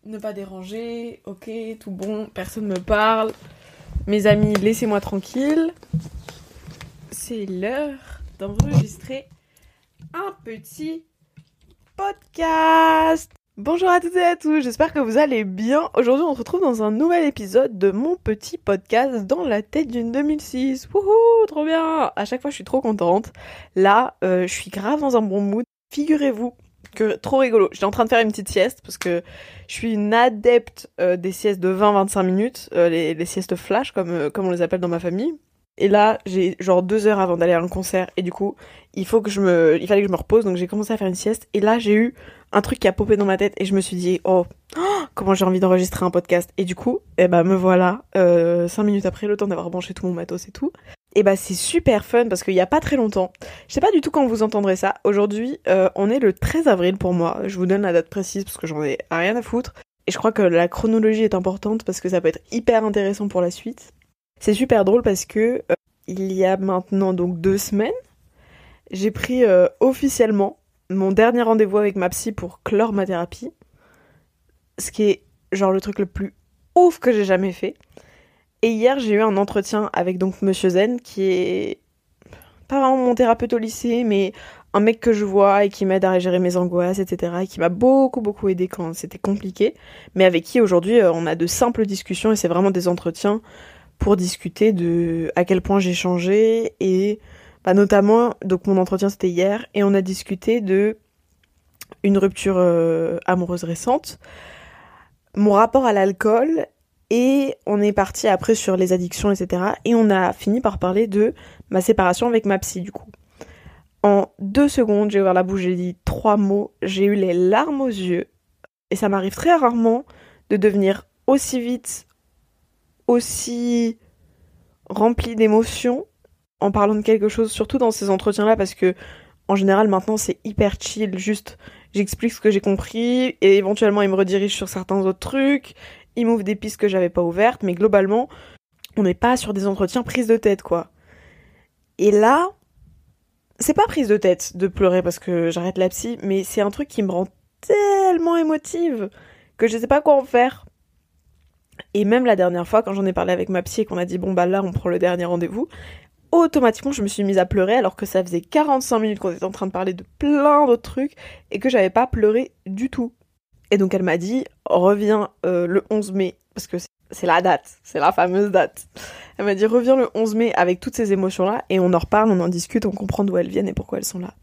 Ne pas déranger, ok, tout bon, personne me parle. Mes amis, laissez-moi tranquille. C'est l'heure d'enregistrer un petit podcast. Bonjour à toutes et à tous, j'espère que vous allez bien. Aujourd'hui, on se retrouve dans un nouvel épisode de mon petit podcast dans la tête d'une 2006. Wouhou, trop bien. À chaque fois, je suis trop contente. Là, je suis grave dans un bon mood. Figurez-vous que trop rigolo. J'étais en train de faire une petite sieste parce que je suis une adepte des siestes de 20-25 minutes, les siestes flash comme on les appelle dans ma famille. Et là, j'ai genre 2 heures avant d'aller à un concert et du coup, il fallait que je me repose, donc j'ai commencé à faire une sieste et là, j'ai eu un truc qui a popé dans ma tête et je me suis dit comment j'ai envie d'enregistrer un podcast. Et du coup, me voilà 5 minutes après, le temps d'avoir branché tout mon matos et tout. Et c'est super fun parce qu'il y a pas très longtemps, je sais pas du tout quand vous entendrez ça, aujourd'hui on est le 13 avril pour moi, je vous donne la date précise parce que j'en ai rien à foutre, et je crois que la chronologie est importante parce que ça peut être hyper intéressant pour la suite. C'est super drôle parce que il y a maintenant donc 2 semaines, j'ai pris officiellement mon dernier rendez-vous avec ma psy pour clore ma thérapie, ce qui est genre le truc le plus ouf que j'ai jamais fait. Et hier, j'ai eu un entretien avec donc Monsieur Zen, qui est pas vraiment mon thérapeute au lycée, mais un mec que je vois et qui m'aide à gérer mes angoisses, etc. Et qui m'a beaucoup aidé quand c'était compliqué, mais avec qui aujourd'hui on a de simples discussions et c'est vraiment des entretiens pour discuter de à quel point j'ai changé et notamment, donc mon entretien c'était hier et on a discuté de une rupture amoureuse récente, mon rapport à l'alcool. Et on est parti après sur les addictions, etc. Et on a fini par parler de ma séparation avec ma psy, du coup. En 2 secondes, j'ai ouvert la bouche, j'ai dit 3 mots, j'ai eu les larmes aux yeux. Et ça m'arrive très rarement de devenir aussi vite, aussi remplie d'émotions en parlant de quelque chose, surtout dans ces entretiens-là, parce que en général, maintenant, c'est hyper chill, juste j'explique ce que j'ai compris, et éventuellement, il me redirige sur certains autres trucs. Il m'ouvre des pistes que j'avais pas ouvertes, mais globalement, on n'est pas sur des entretiens prise de tête, quoi. Et là, c'est pas prise de tête de pleurer parce que j'arrête la psy, mais c'est un truc qui me rend tellement émotive que je sais pas quoi en faire. Et même la dernière fois, quand j'en ai parlé avec ma psy et qu'on a dit bon là, on prend le dernier rendez-vous, automatiquement, je me suis mise à pleurer alors que ça faisait 45 minutes qu'on était en train de parler de plein d'autres trucs et que j'avais pas pleuré du tout. Et donc elle m'a dit, reviens le 11 mai, parce que c'est la date, c'est la fameuse date. Elle m'a dit, reviens le 11 mai avec toutes ces émotions-là, et on en reparle, on en discute, on comprend d'où elles viennent et pourquoi elles sont là.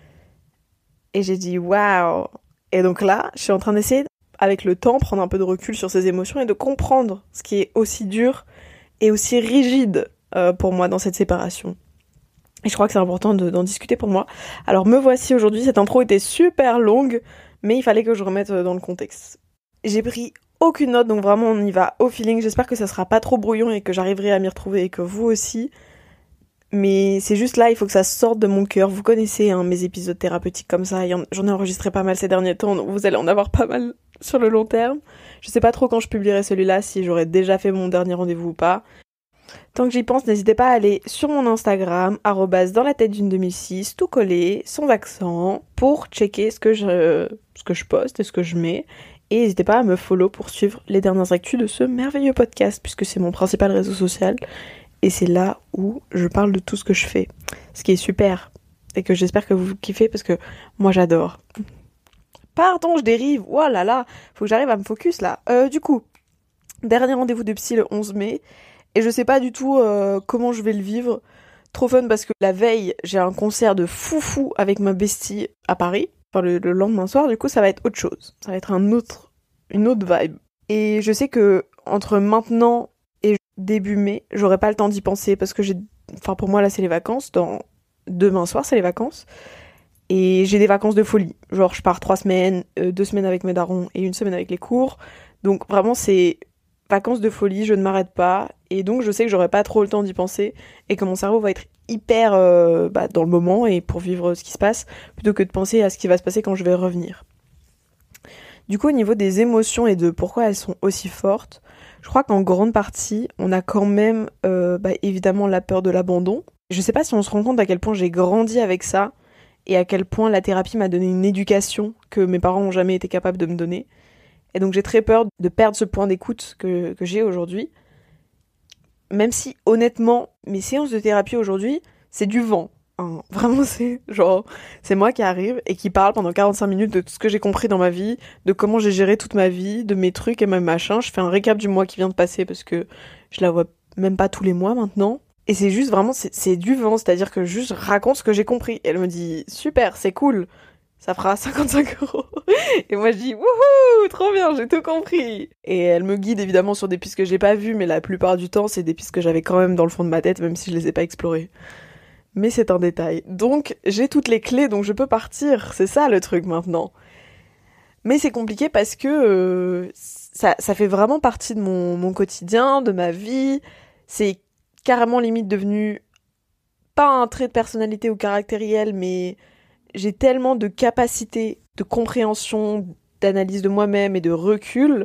Et j'ai dit, waouh. Et donc là, je suis en train d'essayer, avec le temps, prendre un peu de recul sur ces émotions et de comprendre ce qui est aussi dur et aussi rigide pour moi dans cette séparation. Et je crois que c'est important d'en discuter pour moi. Alors me voici aujourd'hui, cette intro était super longue, mais il fallait que je remette dans le contexte. J'ai pris aucune note, donc vraiment on y va au feeling. J'espère que ça sera pas trop brouillon et que j'arriverai à m'y retrouver et que vous aussi. Mais c'est juste là, il faut que ça sorte de mon cœur. Vous connaissez mes épisodes thérapeutiques comme ça. J'en ai enregistré pas mal ces derniers temps, donc vous allez en avoir pas mal sur le long terme. Je sais pas trop quand je publierai celui-là, si j'aurai déjà fait mon dernier rendez-vous ou pas. Tant que j'y pense, n'hésitez pas à aller sur mon Instagram, @dans la tête d'une 2006, tout collé, sans accent, pour checker ce que je poste et ce que je mets. Et n'hésitez pas à me follow pour suivre les dernières actus de ce merveilleux podcast, puisque c'est mon principal réseau social. Et c'est là où je parle de tout ce que je fais. Ce qui est super. Et que j'espère que vous kiffez, parce que moi j'adore. Pardon, je dérive. Oh là là, faut que j'arrive à me focus là. Du coup, dernier rendez-vous de psy le 11 mai. Et je sais pas du tout comment je vais le vivre. Trop fun parce que la veille, j'ai un concert de fou avec ma bestie à Paris. Enfin, le lendemain soir, du coup, ça va être autre chose. Ça va être une autre vibe. Et je sais que entre maintenant et début mai, j'aurai pas le temps d'y penser parce que pour moi, là, c'est les vacances. Demain soir, c'est les vacances. Et j'ai des vacances de folie. Genre, je pars 3 semaines, 2 semaines avec mes darons et 1 semaine avec les cours. Donc, vraiment, c'est vacances de folie, je ne m'arrête pas, et donc je sais que j'aurai pas trop le temps d'y penser, et que mon cerveau va être hyper dans le moment, et pour vivre ce qui se passe, plutôt que de penser à ce qui va se passer quand je vais revenir. Du coup, au niveau des émotions et de pourquoi elles sont aussi fortes, je crois qu'en grande partie, on a quand même évidemment la peur de l'abandon. Je sais pas si on se rend compte à quel point j'ai grandi avec ça, et à quel point la thérapie m'a donné une éducation que mes parents ont jamais été capables de me donner. Et donc j'ai très peur de perdre ce point d'écoute que j'ai aujourd'hui. Même si, honnêtement, mes séances de thérapie aujourd'hui, c'est du vent. Hein. Vraiment, c'est moi qui arrive et qui parle pendant 45 minutes de tout ce que j'ai compris dans ma vie, de comment j'ai géré toute ma vie, de mes trucs et mes machins. Je fais un récap du mois qui vient de passer parce que je la vois même pas tous les mois maintenant. Et c'est juste vraiment, c'est du vent, c'est-à-dire que juste je raconte ce que j'ai compris. Et elle me dit, super, c'est cool, ça fera 55 €. Et moi je dis, wouhou, trop bien, j'ai tout compris. Et elle me guide évidemment sur des pistes que j'ai pas vues, mais la plupart du temps, c'est des pistes que j'avais quand même dans le fond de ma tête, même si je les ai pas explorées. Mais c'est un détail. Donc, j'ai toutes les clés, donc je peux partir. C'est ça le truc maintenant. Mais c'est compliqué parce que ça fait vraiment partie de mon quotidien, de ma vie. C'est carrément limite devenu pas un trait de personnalité ou caractériel, mais j'ai tellement de capacité de compréhension, d'analyse de moi-même et de recul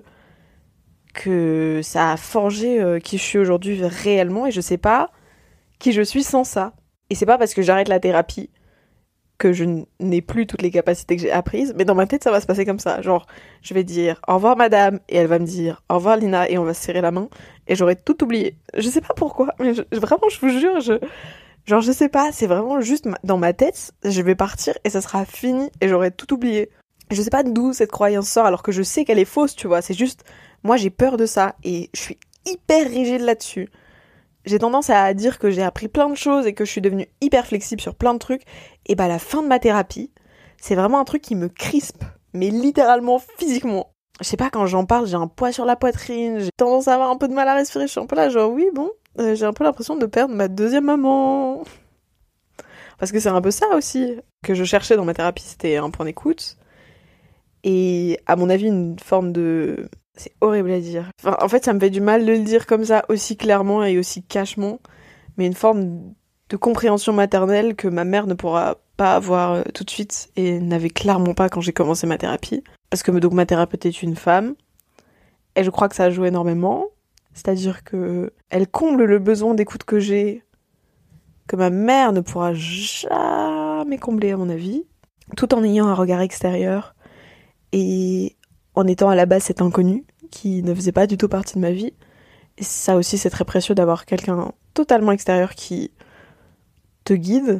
que ça a forgé qui je suis aujourd'hui réellement et je sais pas qui je suis sans ça. Et c'est pas parce que j'arrête la thérapie que je n'ai plus toutes les capacités que j'ai apprises, mais dans ma tête ça va se passer comme ça. Genre, je vais dire au revoir madame, et elle va me dire au revoir Lina, et on va se serrer la main, et j'aurai tout oublié. Je sais pas pourquoi, mais vraiment je vous jure, je sais pas, c'est vraiment juste dans ma tête, je vais partir et ça sera fini, et j'aurai tout oublié. Je sais pas d'où cette croyance sort, alors que je sais qu'elle est fausse, tu vois, c'est juste, moi j'ai peur de ça, et je suis hyper rigide là-dessus. J'ai tendance à dire que j'ai appris plein de choses et que je suis devenue hyper flexible sur plein de trucs. Et bah, la fin de ma thérapie, c'est vraiment un truc qui me crispe. Mais littéralement, physiquement. Je sais pas, quand j'en parle, j'ai un poids sur la poitrine, j'ai tendance à avoir un peu de mal à respirer. Je suis un peu là, genre, oui, bon, j'ai un peu l'impression de perdre ma deuxième maman. Parce que c'est un peu ça aussi que je cherchais dans ma thérapie, c'était un point d'écoute. Et à mon avis, une forme de... C'est horrible à dire. Enfin, en fait, ça me fait du mal de le dire comme ça, aussi clairement et aussi cachement, mais une forme de compréhension maternelle que ma mère ne pourra pas avoir tout de suite et n'avait clairement pas quand j'ai commencé ma thérapie. Parce que donc ma thérapeute est une femme, et je crois que ça joue énormément. C'est-à-dire que elle comble le besoin d'écoute que j'ai, que ma mère ne pourra jamais combler à mon avis, tout en ayant un regard extérieur et en étant à la base cet inconnu qui ne faisait pas du tout partie de ma vie. Et ça aussi, c'est très précieux d'avoir quelqu'un totalement extérieur qui te guide.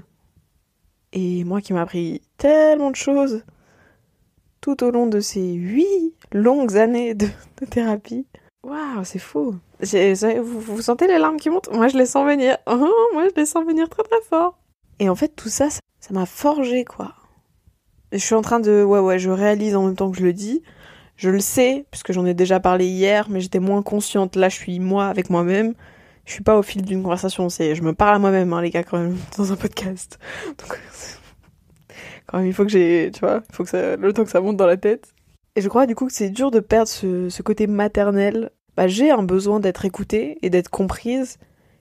Et moi qui m'a appris tellement de choses tout au long de ces 8 longues années de thérapie. Waouh, c'est fou. Vous sentez les larmes qui montent? Moi, je les sens venir. Moi, je les sens venir très très fort. Et en fait, tout ça, ça m'a forgé, quoi. Et je suis en train de... Ouais, je réalise en même temps que je le dis. Je le sais, puisque j'en ai déjà parlé hier, mais j'étais moins consciente. Là, je suis moi avec moi-même. Je suis pas au fil d'une conversation. Je me parle à moi-même, hein, les gars, quand même, dans un podcast. Donc, quand même, il faut que tu vois, il faut que le temps que ça monte dans la tête. Et je crois, du coup, que c'est dur de perdre ce côté maternel. Bah, j'ai un besoin d'être écoutée et d'être comprise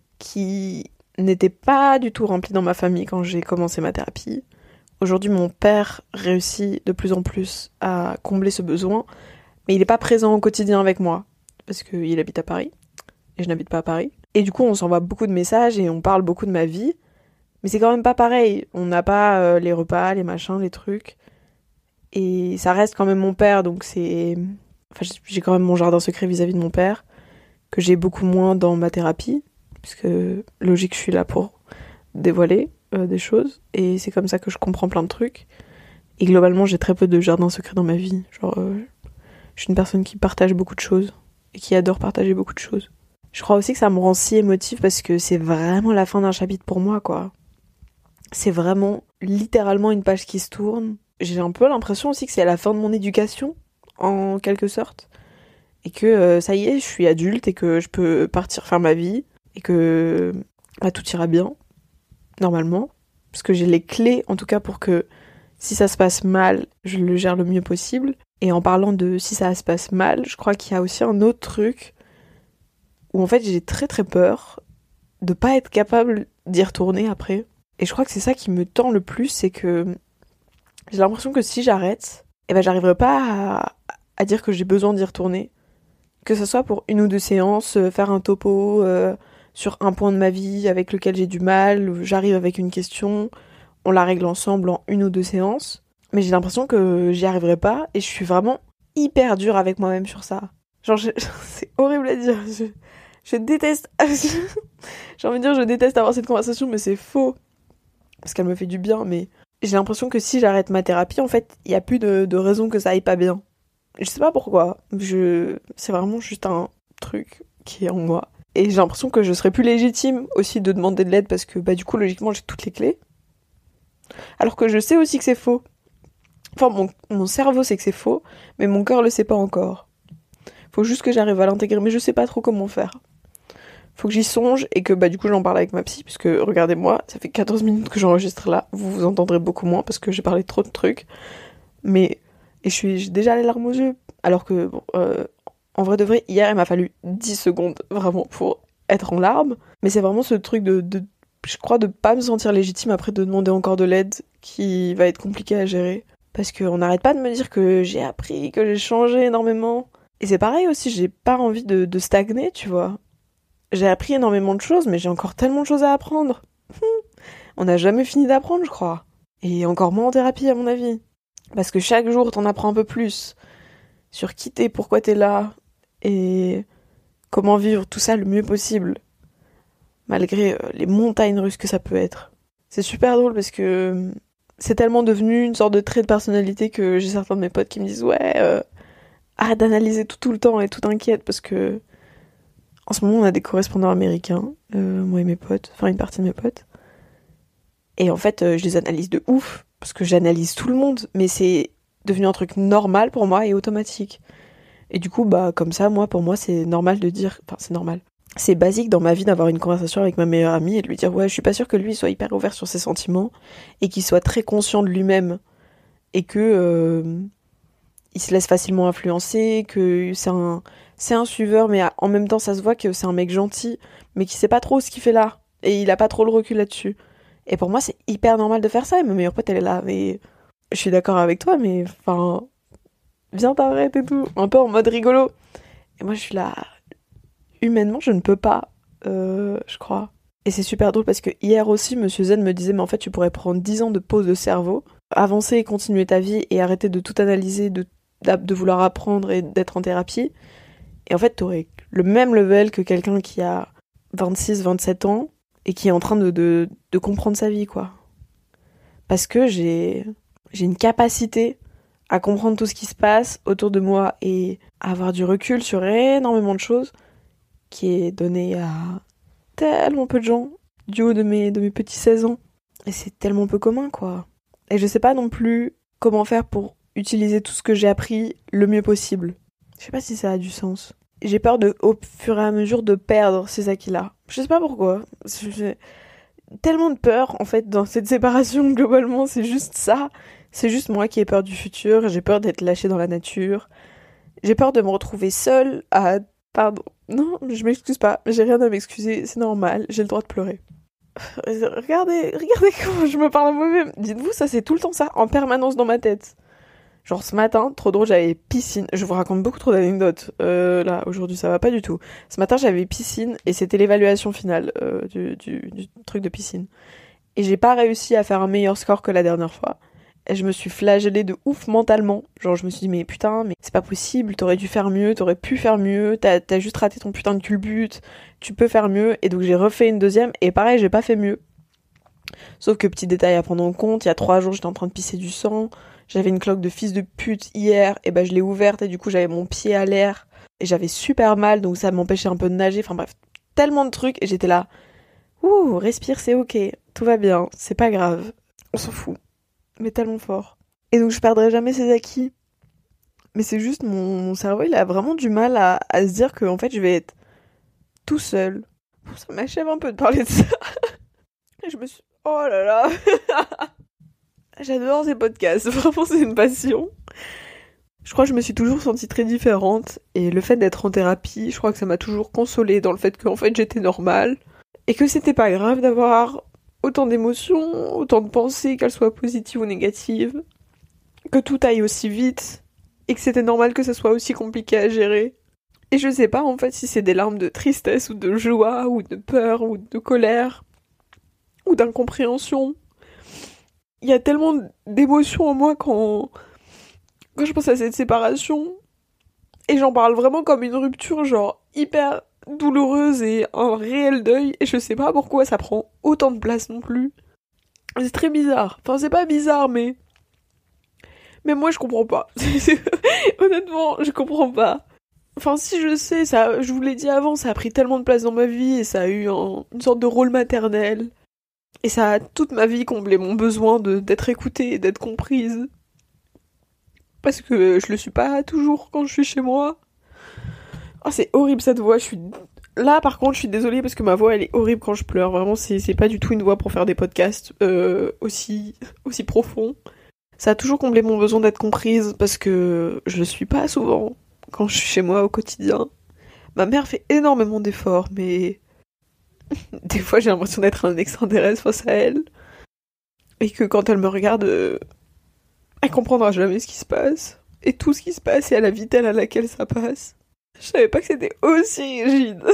qui n'était pas du tout rempli dans ma famille quand j'ai commencé ma thérapie. Aujourd'hui, mon père réussit de plus en plus à combler ce besoin, mais il n'est pas présent au quotidien avec moi, parce qu'il habite à Paris, et je n'habite pas à Paris. Et du coup, on s'envoie beaucoup de messages et on parle beaucoup de ma vie, mais c'est quand même pas pareil. On n'a pas les repas, les machins, les trucs, et ça reste quand même mon père, donc c'est... Enfin, j'ai quand même mon jardin secret vis-à-vis de mon père, que j'ai beaucoup moins dans ma thérapie, puisque logique, je suis là pour dévoiler des choses, et c'est comme ça que je comprends plein de trucs. Et globalement, j'ai très peu de jardins secrets dans ma vie. Genre, je suis une personne qui partage beaucoup de choses, et qui adore partager beaucoup de choses. Je crois aussi que ça me rend si émotive parce que c'est vraiment la fin d'un chapitre pour moi, quoi. C'est vraiment littéralement une page qui se tourne. J'ai un peu l'impression aussi que c'est la fin de mon éducation, en quelque sorte. Et que ça y est, je suis adulte et que je peux partir faire ma vie. Et que tout ira bien, normalement. Parce que j'ai les clés, en tout cas, pour que si ça se passe mal, je le gère le mieux possible. Et en parlant de si ça se passe mal, je crois qu'il y a aussi un autre truc où en fait j'ai très très peur de pas être capable d'y retourner après. Et je crois que c'est ça qui me tend le plus, c'est que j'ai l'impression que si j'arrête, j'arriverai pas à dire que j'ai besoin d'y retourner. Que ce soit pour une ou deux séances, faire un topo sur un point de ma vie avec lequel j'ai du mal, j'arrive avec une question, on la règle ensemble en une ou deux séances. Mais j'ai l'impression que j'y arriverai pas et je suis vraiment hyper dure avec moi-même sur ça. Genre, c'est horrible à dire. Je déteste... J'ai envie de dire je déteste avoir cette conversation, mais c'est faux. Parce qu'elle me fait du bien, mais j'ai l'impression que si j'arrête ma thérapie, en fait, il n'y a plus de raison que ça aille pas bien. Je sais pas pourquoi. C'est vraiment juste un truc qui est en moi. Et j'ai l'impression que je serais plus légitime aussi de demander de l'aide parce que bah du coup logiquement j'ai toutes les clés. Alors que je sais aussi que c'est faux. Enfin mon cerveau sait que c'est faux, mais mon cœur le sait pas encore. Faut juste que j'arrive à l'intégrer, mais je sais pas trop comment faire. Faut que j'y songe et que bah du coup j'en parle avec ma psy, puisque regardez-moi, ça fait 14 minutes que j'enregistre là, vous entendrez beaucoup moins parce que j'ai parlé trop de trucs. Mais j'ai déjà les larmes aux yeux. Alors que bon, en vrai de vrai, hier il m'a fallu 10 secondes vraiment pour être en larmes. Mais c'est vraiment ce truc je crois de pas me sentir légitime après de demander encore de l'aide qui va être compliqué à gérer. Parce qu'on n'arrête pas de me dire que j'ai appris, que j'ai changé énormément. Et c'est pareil aussi, j'ai pas envie de stagner, tu vois. J'ai appris énormément de choses, mais j'ai encore tellement de choses à apprendre. On n'a jamais fini d'apprendre, je crois. Et encore moins en thérapie, à mon avis. Parce que chaque jour, t'en apprends un peu plus. Sur qui t'es, pourquoi t'es là. Et comment vivre tout ça le mieux possible. Malgré les montagnes russes que ça peut être. C'est super drôle parce que c'est tellement devenu une sorte de trait de personnalité que j'ai certains de mes potes qui me disent « Ouais, arrête d'analyser tout le temps et tout t'inquiète parce que... » En ce moment, on a des correspondants américains, moi et mes potes, enfin une partie de mes potes. Et en fait, je les analyse de ouf, parce que j'analyse tout le monde, mais c'est devenu un truc normal pour moi et automatique. Et du coup, bah comme ça, pour moi, c'est normal de dire... Enfin, c'est normal. C'est basique dans ma vie d'avoir une conversation avec ma meilleure amie et de lui dire « Ouais, je suis pas sûre que lui soit hyper ouvert sur ses sentiments, et qu'il soit très conscient de lui-même, et que... il se laisse facilement influencer, que c'est un suiveur, mais en même temps ça se voit que c'est un mec gentil, mais qui sait pas trop ce qu'il fait là, et il a pas trop le recul là-dessus. Et pour moi c'est hyper normal de faire ça, et ma meilleure pote elle est là, mais je suis d'accord avec toi, mais enfin, viens t'arrête et tout, un peu en mode rigolo. Et moi je suis là, humainement je ne peux pas, je crois. Et c'est super drôle parce que hier aussi Monsieur Zen me disait mais en fait tu pourrais prendre 10 ans de pause de cerveau, avancer et continuer ta vie et arrêter de tout analyser, de vouloir apprendre et d'être en thérapie. Et en fait, t'aurais le même level que quelqu'un qui a 26, 27 ans et qui est en train de comprendre sa vie, quoi. Parce que j'ai une capacité à comprendre tout ce qui se passe autour de moi et à avoir du recul sur énormément de choses qui est donnée à tellement peu de gens du haut de mes petits 16 ans. Et c'est tellement peu commun, quoi. Et je sais pas non plus comment faire pour utiliser tout ce que j'ai appris le mieux possible. Je sais pas si ça a du sens. J'ai peur au fur et à mesure de perdre ces acquis-là. Je sais pas pourquoi. J'ai tellement de peur, en fait, dans cette séparation, globalement, c'est juste ça. C'est juste moi qui ai peur du futur, j'ai peur d'être lâchée dans la nature. J'ai peur de me retrouver seule à... Pardon. Non, je m'excuse pas, j'ai rien à m'excuser, c'est normal, j'ai le droit de pleurer. Regardez comment je me parle à moi-même. Dites-vous, ça c'est tout le temps ça, en permanence dans ma tête. Genre ce matin, trop drôle, j'avais piscine. Je vous raconte beaucoup trop d'anecdotes. Là, aujourd'hui, ça va pas du tout. Ce matin, j'avais piscine et c'était l'évaluation finale du truc de piscine. Et j'ai pas réussi à faire un meilleur score que la dernière fois. Et je me suis flagellée de ouf mentalement. Genre, je me suis dit, mais putain, mais c'est pas possible, t'aurais dû faire mieux, t'aurais pu faire mieux, t'as juste raté ton putain de culbute, tu peux faire mieux. Et donc, j'ai refait une deuxième, et pareil, j'ai pas fait mieux. Sauf que petit détail à prendre en compte, il y a 3 jours, j'étais en train de pisser du sang. J'avais une cloque de fils de pute hier, et bah je l'ai ouverte, et du coup, j'avais mon pied à l'air, et j'avais super mal, donc ça m'empêchait un peu de nager. Enfin bref, tellement de trucs, et j'étais là, ouh, respire, c'est ok, tout va bien, c'est pas grave, on s'en fout. Mais tellement fort. Et donc je perdrai jamais ces acquis. Mais c'est juste mon cerveau, il a vraiment du mal à se dire que en fait je vais être tout seul. Bon, ça m'achève un peu de parler de ça. Et je me suis... Oh là là. J'adore ces podcasts, vraiment c'est une passion. Je crois que je me suis toujours sentie très différente. Et le fait d'être en thérapie, je crois que ça m'a toujours consolée dans le fait qu'en fait j'étais normale. Et que c'était pas grave d'avoir autant d'émotions, autant de pensées, qu'elles soient positives ou négatives, que tout aille aussi vite, et que c'était normal que ça soit aussi compliqué à gérer. Et je sais pas en fait si c'est des larmes de tristesse ou de joie, ou de peur, ou de colère, ou d'incompréhension. Il y a tellement d'émotions en moi quand je pense à cette séparation, Et j'en parle vraiment comme une rupture, genre, hyper douloureuse et un réel deuil. Et je sais pas pourquoi ça prend autant de place non plus. C'est très bizarre. Enfin, c'est pas bizarre, mais... Mais moi, je comprends pas. Honnêtement, je comprends pas. Enfin, si je sais, ça, je vous l'ai dit avant, ça a pris tellement de place dans ma vie et ça a eu une sorte de rôle maternel. Et ça a toute ma vie comblé mon besoin d'être écoutée et d'être comprise. Parce que je le suis pas toujours quand je suis chez moi. Oh, c'est horrible cette voix, je suis... Là, par contre, je suis désolée parce que ma voix, elle est horrible quand je pleure. Vraiment, c'est pas du tout une voix pour faire des podcasts aussi profonds. Ça a toujours comblé mon besoin d'être comprise parce que je le suis pas souvent quand je suis chez moi au quotidien. Ma mère fait énormément d'efforts, mais des fois j'ai l'impression d'être un extraterrestre face à elle. Et que quand elle me regarde, elle comprendra jamais ce qui se passe. Et tout ce qui se passe et à la vitesse à laquelle ça passe. Je savais pas que c'était aussi rigide.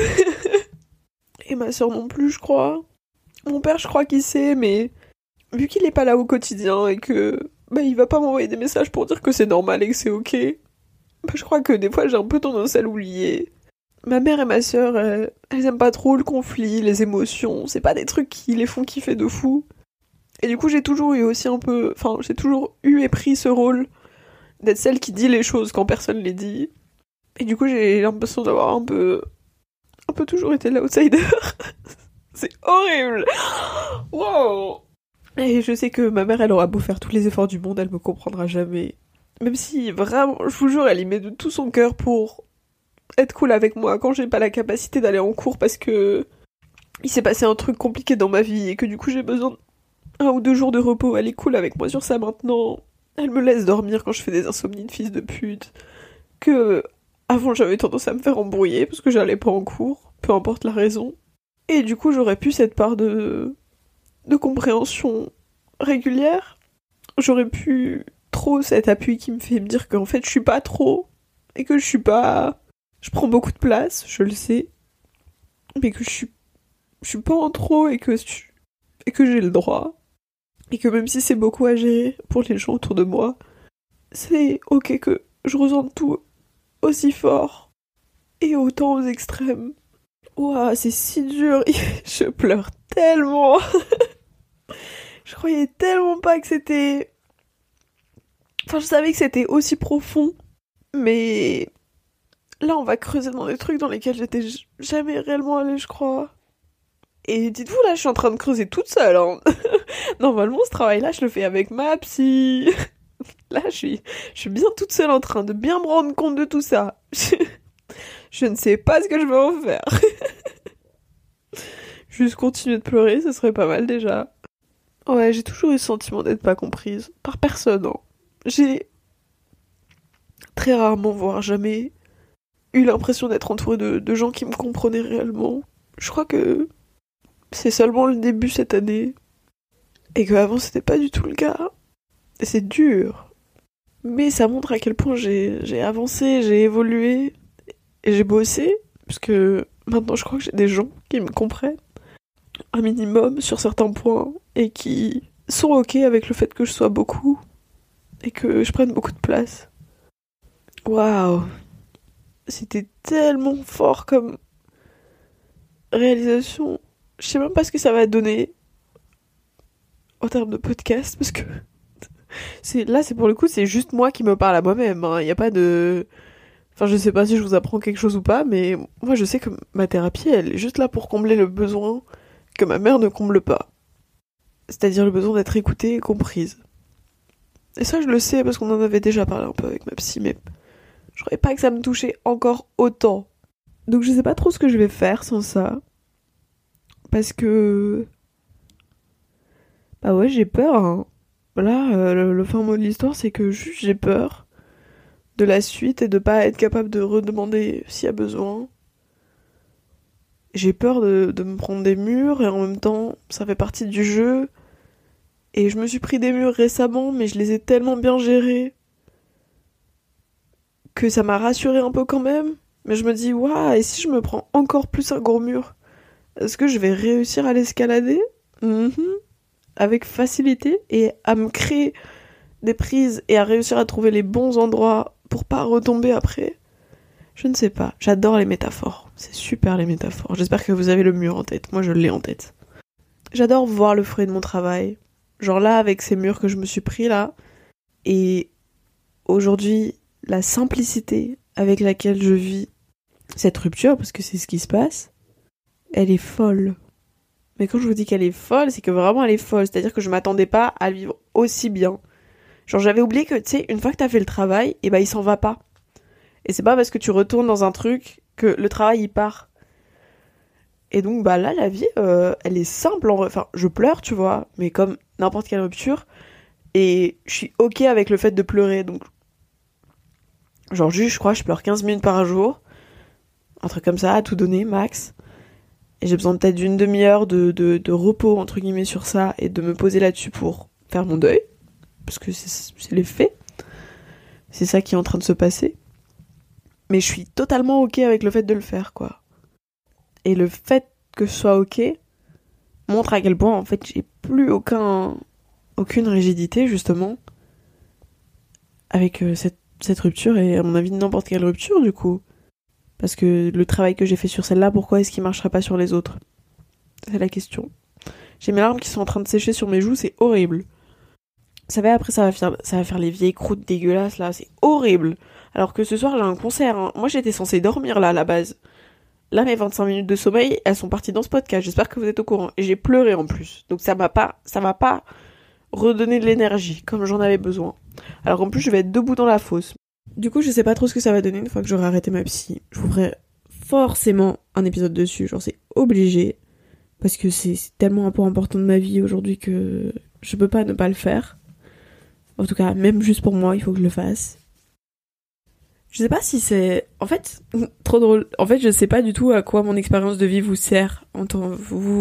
Et ma soeur non plus, je crois. Mon père, je crois qu'il sait, mais vu qu'il est pas là au quotidien et que il va pas m'envoyer des messages pour dire que c'est normal et que c'est ok, je crois que des fois j'ai un peu tendance à l'oublier. Ma mère et ma soeur, elles aiment pas trop le conflit, les émotions, c'est pas des trucs qui les font kiffer de fou. Et du coup j'ai toujours eu aussi un peu, enfin j'ai toujours eu et pris ce rôle d'être celle qui dit les choses quand personne les dit. Et du coup j'ai l'impression d'avoir un peu toujours été l'outsider. C'est horrible. Wow. Et je sais que ma mère, elle aura beau faire tous les efforts du monde, elle me comprendra jamais. Même si, vraiment, je vous jure, elle y met de tout son cœur pour être cool avec moi quand j'ai pas la capacité d'aller en cours parce que il s'est passé un truc compliqué dans ma vie et que du coup j'ai besoin d'1 ou 2 jours de repos. Elle est cool avec moi sur ça maintenant. Elle me laisse dormir quand je fais des insomnies de fils de pute. Que avant j'avais tendance à me faire embrouiller parce que j'allais pas en cours, peu importe la raison. Et du coup j'aurais pu cette part de compréhension régulière. J'aurais pu trop cet appui qui me fait me dire qu'en fait je suis pas trop et que je suis pas... Je prends beaucoup de place, je le sais, mais que je suis pas en trop et que j'ai le droit. Et que même si c'est beaucoup à gérer pour les gens autour de moi, c'est ok que je ressente tout aussi fort et autant aux extrêmes. Ouah, c'est si dur, je pleure tellement. Je croyais tellement pas que c'était... Enfin, je savais que c'était aussi profond, mais là, on va creuser dans des trucs dans lesquels j'étais jamais réellement allée, je crois. Et dites-vous, là, je suis en train de creuser toute seule. Hein. Normalement, ce travail-là, je le fais avec ma psy. Là, je suis bien toute seule en train de bien me rendre compte de tout ça. Je ne sais pas ce que je vais en faire. Juste continuer de pleurer, ce serait pas mal déjà. Ouais, j'ai toujours eu le sentiment d'être pas comprise. Par personne, hein. J'ai très rarement, voire jamais, eu l'impression d'être entourée de gens qui me comprenaient réellement. Je crois que c'est seulement le début cette année. Et qu'avant, c'était pas du tout le cas. Et c'est dur. Mais ça montre à quel point j'ai avancé, j'ai évolué. Et j'ai bossé. Parce que maintenant, je crois que j'ai des gens qui me comprennent. Un minimum sur certains points. Et qui sont ok avec le fait que je sois beaucoup. Et que je prenne beaucoup de place. Waouh. C'était tellement fort comme réalisation. Je sais même pas ce que ça va donner en termes de podcast, parce que c'est pour le coup, c'est juste moi qui me parle à moi-même. Hein. Y a pas de... Enfin, je sais pas si je vous apprends quelque chose ou pas, mais moi je sais que ma thérapie, elle est juste là pour combler le besoin que ma mère ne comble pas. C'est-à-dire le besoin d'être écoutée et comprise. Et ça, je le sais parce qu'on en avait déjà parlé un peu avec ma psy, mais je croyais pas que ça me touchait encore autant. Donc je sais pas trop ce que je vais faire sans ça. Parce que... Bah ouais, j'ai peur. Hein. Là, le fin mot de l'histoire, c'est que juste j'ai peur de la suite et de pas être capable de redemander s'il y a besoin. J'ai peur de me prendre des murs et en même temps, ça fait partie du jeu. Et je me suis pris des murs récemment, mais je les ai tellement bien gérés que ça m'a rassurée un peu quand même. Mais je me dis, waouh, et si je me prends encore plus un gros mur, est-ce que je vais réussir à l'escalader ? Avec facilité et à me créer des prises et à réussir à trouver les bons endroits pour pas retomber après. Je ne sais pas, j'adore les métaphores. C'est super les métaphores. J'espère que vous avez le mur en tête. Moi je l'ai en tête. J'adore voir le fruit de mon travail. Genre là, avec ces murs que je me suis pris là. Et aujourd'hui, la simplicité avec laquelle je vis cette rupture, parce que c'est ce qui se passe, elle est folle. Mais quand je vous dis qu'elle est folle, c'est que vraiment elle est folle. C'est-à-dire que je m'attendais pas à le vivre aussi bien. Genre j'avais oublié que, tu sais, une fois que t'as fait le travail, et ben il s'en va pas. Et c'est pas parce que tu retournes dans un truc que le travail il part. Et donc bah là la vie, elle est simple en vrai. Enfin, je pleure, tu vois, mais comme n'importe quelle rupture. Et je suis ok avec le fait de pleurer. Donc genre juste, je crois, je pleure 15 minutes par jour. Un truc comme ça, à tout donner, max. Et j'ai besoin peut-être d'une demi-heure de repos, entre guillemets, sur ça, et de me poser là-dessus pour faire mon deuil. Parce que c'est les faits. C'est ça qui est en train de se passer. Mais je suis totalement ok avec le fait de le faire, quoi. Et le fait que ce soit ok montre à quel point, en fait, j'ai plus aucune rigidité, justement, avec cette rupture, et à mon avis, n'importe quelle rupture, du coup. Parce que le travail que j'ai fait sur celle-là, pourquoi est-ce qu'il marcherait pas sur les autres ? C'est la question. J'ai mes larmes qui sont en train de sécher sur mes joues, c'est horrible. Vous savez, après, ça va faire les vieilles croûtes dégueulasses, là, c'est horrible. Alors que ce soir, j'ai un concert, hein. Moi, j'étais censée dormir, là, à la base. Là, mes 25 minutes de sommeil, elles sont parties dans ce podcast, j'espère que vous êtes au courant. Et j'ai pleuré, en plus. Donc ça m'a pas redonné de l'énergie, comme j'en avais besoin. Alors en plus, je vais être debout dans la fosse. Du coup, je sais pas trop ce que ça va donner une fois que j'aurai arrêté ma psy. Je vous ferai forcément un épisode dessus, genre c'est obligé. Parce que c'est tellement un point important de ma vie aujourd'hui que je peux pas ne pas le faire. En tout cas, même juste pour moi, il faut que je le fasse. Je sais pas si c'est... En fait, trop drôle. En fait, je sais pas du tout à quoi mon expérience de vie vous sert en tant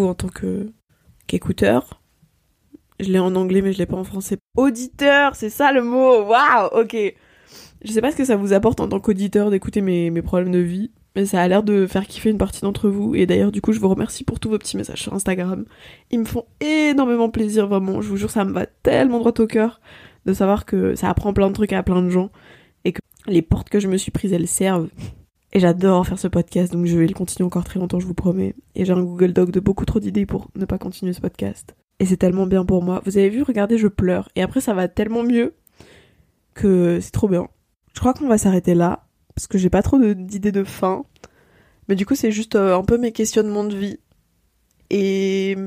qu'écouteur. Je l'ai en anglais, mais je l'ai pas en français. Auditeur, c'est ça le mot. Waouh, ok. Je sais pas ce que ça vous apporte en tant qu'auditeur d'écouter mes problèmes de vie, mais ça a l'air de faire kiffer une partie d'entre vous. Et d'ailleurs, du coup, je vous remercie pour tous vos petits messages sur Instagram. Ils me font énormément plaisir, vraiment. Je vous jure, ça me va tellement droit au cœur de savoir que ça apprend plein de trucs à plein de gens et que les portes que je me suis prises, elles servent. Et j'adore faire ce podcast, donc je vais le continuer encore très longtemps, je vous promets. Et j'ai un Google Doc de beaucoup trop d'idées pour ne pas continuer ce podcast. Et c'est tellement bien pour moi. Vous avez vu, regardez, je pleure. Et après, ça va tellement mieux que c'est trop bien. Je crois qu'on va s'arrêter là, parce que j'ai pas trop d'idées de fin. Mais du coup, c'est juste un peu mes questionnements de vie. Et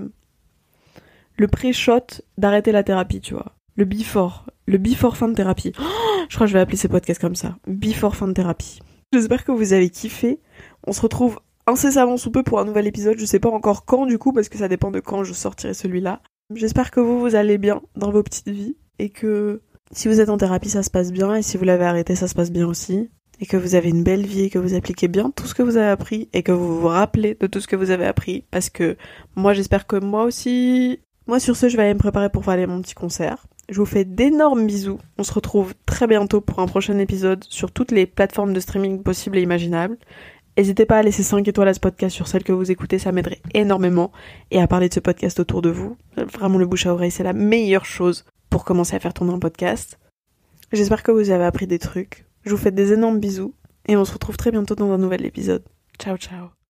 le pré-shot d'arrêter la thérapie, tu vois. Le before fin de thérapie. Oh, je crois que je vais appeler ces podcasts comme ça. Before fin de thérapie. J'espère que vous avez kiffé. On se retrouve incessamment sous peu pour un nouvel épisode. Je sais pas encore quand du coup, parce que ça dépend de quand je sortirai celui-là. J'espère que vous allez bien dans vos petites vies. Et que si vous êtes en thérapie, ça se passe bien. Et si vous l'avez arrêté, ça se passe bien aussi. Et que vous avez une belle vie et que vous appliquez bien tout ce que vous avez appris. Et que vous vous rappelez de tout ce que vous avez appris. Parce que moi, j'espère que moi aussi... Moi, sur ce, je vais aller me préparer pour aller à mon petit concert. Je vous fais d'énormes bisous. On se retrouve très bientôt pour un prochain épisode sur toutes les plateformes de streaming possibles et imaginables. N'hésitez pas à laisser 5 étoiles à ce podcast sur celle que vous écoutez, ça m'aiderait énormément. Et à parler de ce podcast autour de vous. Vraiment, le bouche à oreille, c'est la meilleure chose pour commencer à faire tourner un podcast. J'espère que vous avez appris des trucs. Je vous fais des énormes bisous. Et on se retrouve très bientôt dans un nouvel épisode. Ciao, ciao.